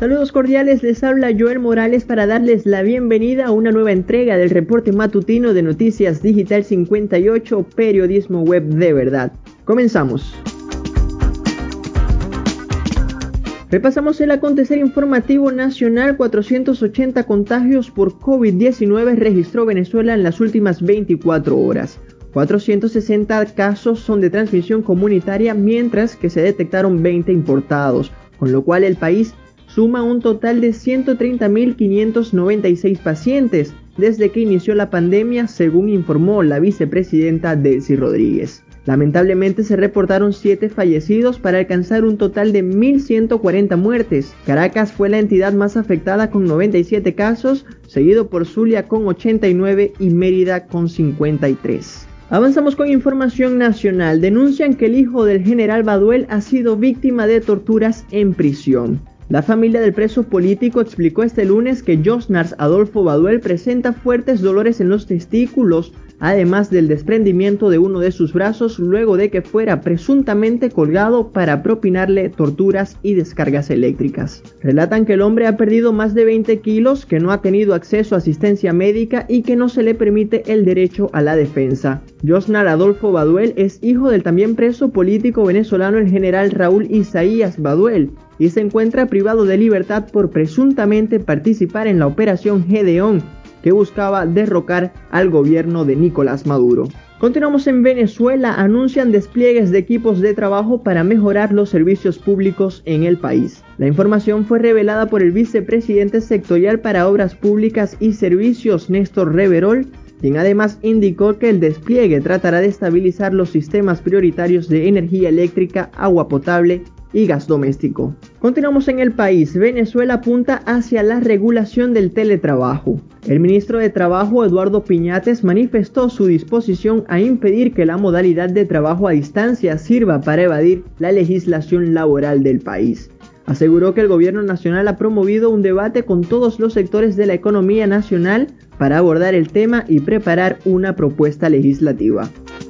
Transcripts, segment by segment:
Saludos cordiales, les habla Joel Morales para darles la bienvenida a una nueva entrega del reporte matutino de Noticias Digital 58, periodismo web de verdad. Comenzamos. Repasamos el acontecer informativo nacional. 480 contagios por COVID-19 registró Venezuela en las últimas 24 horas. 460 casos son de transmisión comunitaria, mientras que se detectaron 20 importados, con lo cual el país suma un total de 130.596 pacientes desde que inició la pandemia, según informó la vicepresidenta Delcy Rodríguez. Lamentablemente se reportaron 7 fallecidos para alcanzar un total de 1.140 muertes. Caracas fue la entidad más afectada con 97 casos, seguido por Zulia con 89 y Mérida con 53. Avanzamos con información nacional. Denuncian que el hijo del general Baduel ha sido víctima de torturas en prisión. La familia del preso político explicó este lunes que Josnars Adolfo Baduel presenta fuertes dolores en los testículos, además del desprendimiento de uno de sus brazos luego de que fuera presuntamente colgado para propinarle torturas y descargas eléctricas. Relatan que el hombre ha perdido más de 20 kilos, que no ha tenido acceso a asistencia médica y que no se le permite el derecho a la defensa. Josnar Adolfo Baduel es hijo del también preso político venezolano el general Raúl Isaías Baduel, y se encuentra privado de libertad por presuntamente participar en la Operación Gedeón, que buscaba derrocar al gobierno de Nicolás Maduro. Continuamos en Venezuela. Anuncian despliegues de equipos de trabajo para mejorar los servicios públicos en el país. La información fue revelada por el vicepresidente sectorial para Obras Públicas y Servicios, Néstor Reverol, quien además indicó que el despliegue tratará de estabilizar los sistemas prioritarios de energía eléctrica, agua potable y gas doméstico. Continuamos en el país. Venezuela apunta hacia la regulación del teletrabajo. El ministro de Trabajo, Eduardo Piñates, manifestó su disposición a impedir que la modalidad de trabajo a distancia sirva para evadir la legislación laboral del país. Aseguró que el gobierno nacional ha promovido un debate con todos los sectores de la economía nacional para abordar el tema y preparar una propuesta legislativa.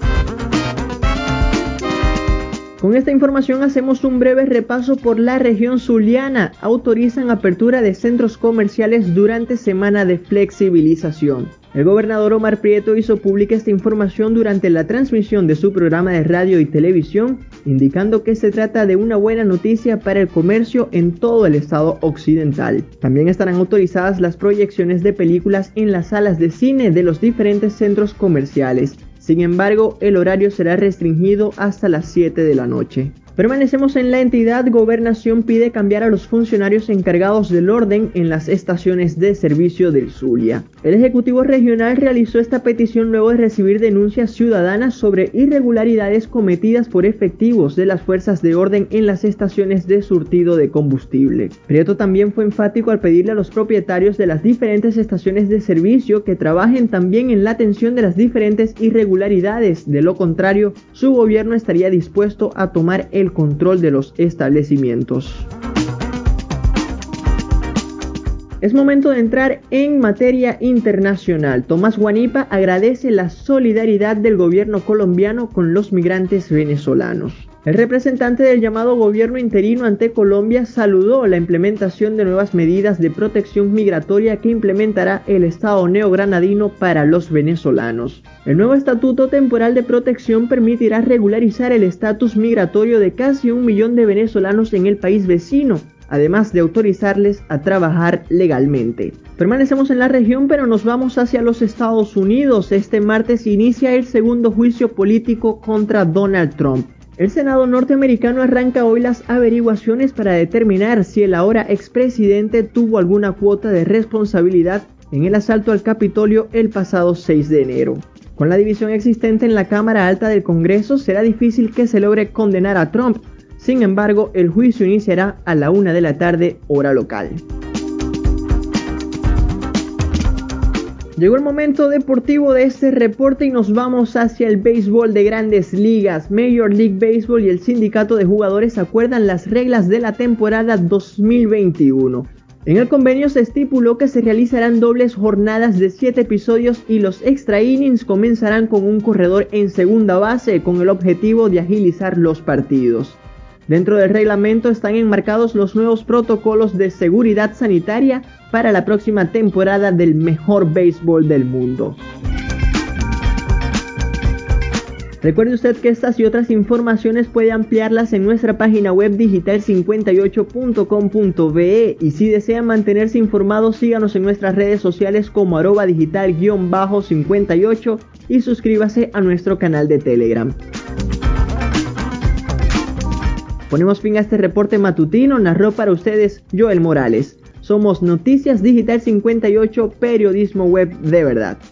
Con esta información hacemos un breve repaso por la región zuliana. Autorizan apertura de centros comerciales durante semana de flexibilización. El gobernador Omar Prieto hizo pública esta información durante la transmisión de su programa de radio y televisión, indicando que se trata de una buena noticia para el comercio en todo el estado occidental. También estarán autorizadas las proyecciones de películas en las salas de cine de los diferentes centros comerciales. Sin embargo, el horario será restringido hasta las 7 de la noche. Permanecemos en la entidad. Gobernación pide cambiar a los funcionarios encargados del orden en las estaciones de servicio del Zulia. El Ejecutivo Regional realizó esta petición luego de recibir denuncias ciudadanas sobre irregularidades cometidas por efectivos de las fuerzas de orden en las estaciones de surtido de combustible. Prieto también fue enfático al pedirle a los propietarios de las diferentes estaciones de servicio que trabajen también en la atención de las diferentes irregularidades. De lo contrario, su gobierno estaría dispuesto a tomar el control de los establecimientos. Es momento de entrar en materia internacional. Tomás Guanipa agradece la solidaridad del gobierno colombiano con los migrantes venezolanos. El representante del llamado gobierno interino ante Colombia saludó la implementación de nuevas medidas de protección migratoria que implementará el Estado neogranadino para los venezolanos. El nuevo Estatuto Temporal de Protección permitirá regularizar el estatus migratorio de casi 1 millón de venezolanos en el país vecino, además de autorizarles a trabajar legalmente. Permanecemos en la región, pero nos vamos hacia los Estados Unidos. Este martes inicia el segundo juicio político contra Donald Trump. El Senado norteamericano arranca hoy las averiguaciones para determinar si el ahora expresidente tuvo alguna cuota de responsabilidad en el asalto al Capitolio el pasado 6 de enero. Con la división existente en la Cámara Alta del Congreso, será difícil que se logre condenar a Trump. Sin embargo, el juicio iniciará a la 1 de la tarde, hora local. Llegó el momento deportivo de este reporte y nos vamos hacia el béisbol de Grandes Ligas. Major League Baseball y el sindicato de jugadores acuerdan las reglas de la temporada 2021. En el convenio se estipuló que se realizarán dobles jornadas de 7 episodios y los extra innings comenzarán con un corredor en segunda base con el objetivo de agilizar los partidos. Dentro del reglamento están enmarcados los nuevos protocolos de seguridad sanitaria para la próxima temporada del mejor béisbol del mundo. Recuerde usted que estas y otras informaciones puede ampliarlas en nuestra página web digital58.com.be y si desea mantenerse informado, síganos en nuestras redes sociales como @digital_58 y suscríbase a nuestro canal de Telegram. Ponemos fin a este reporte matutino, narró para ustedes Joel Morales. Somos Noticias Digital 58, periodismo web de verdad.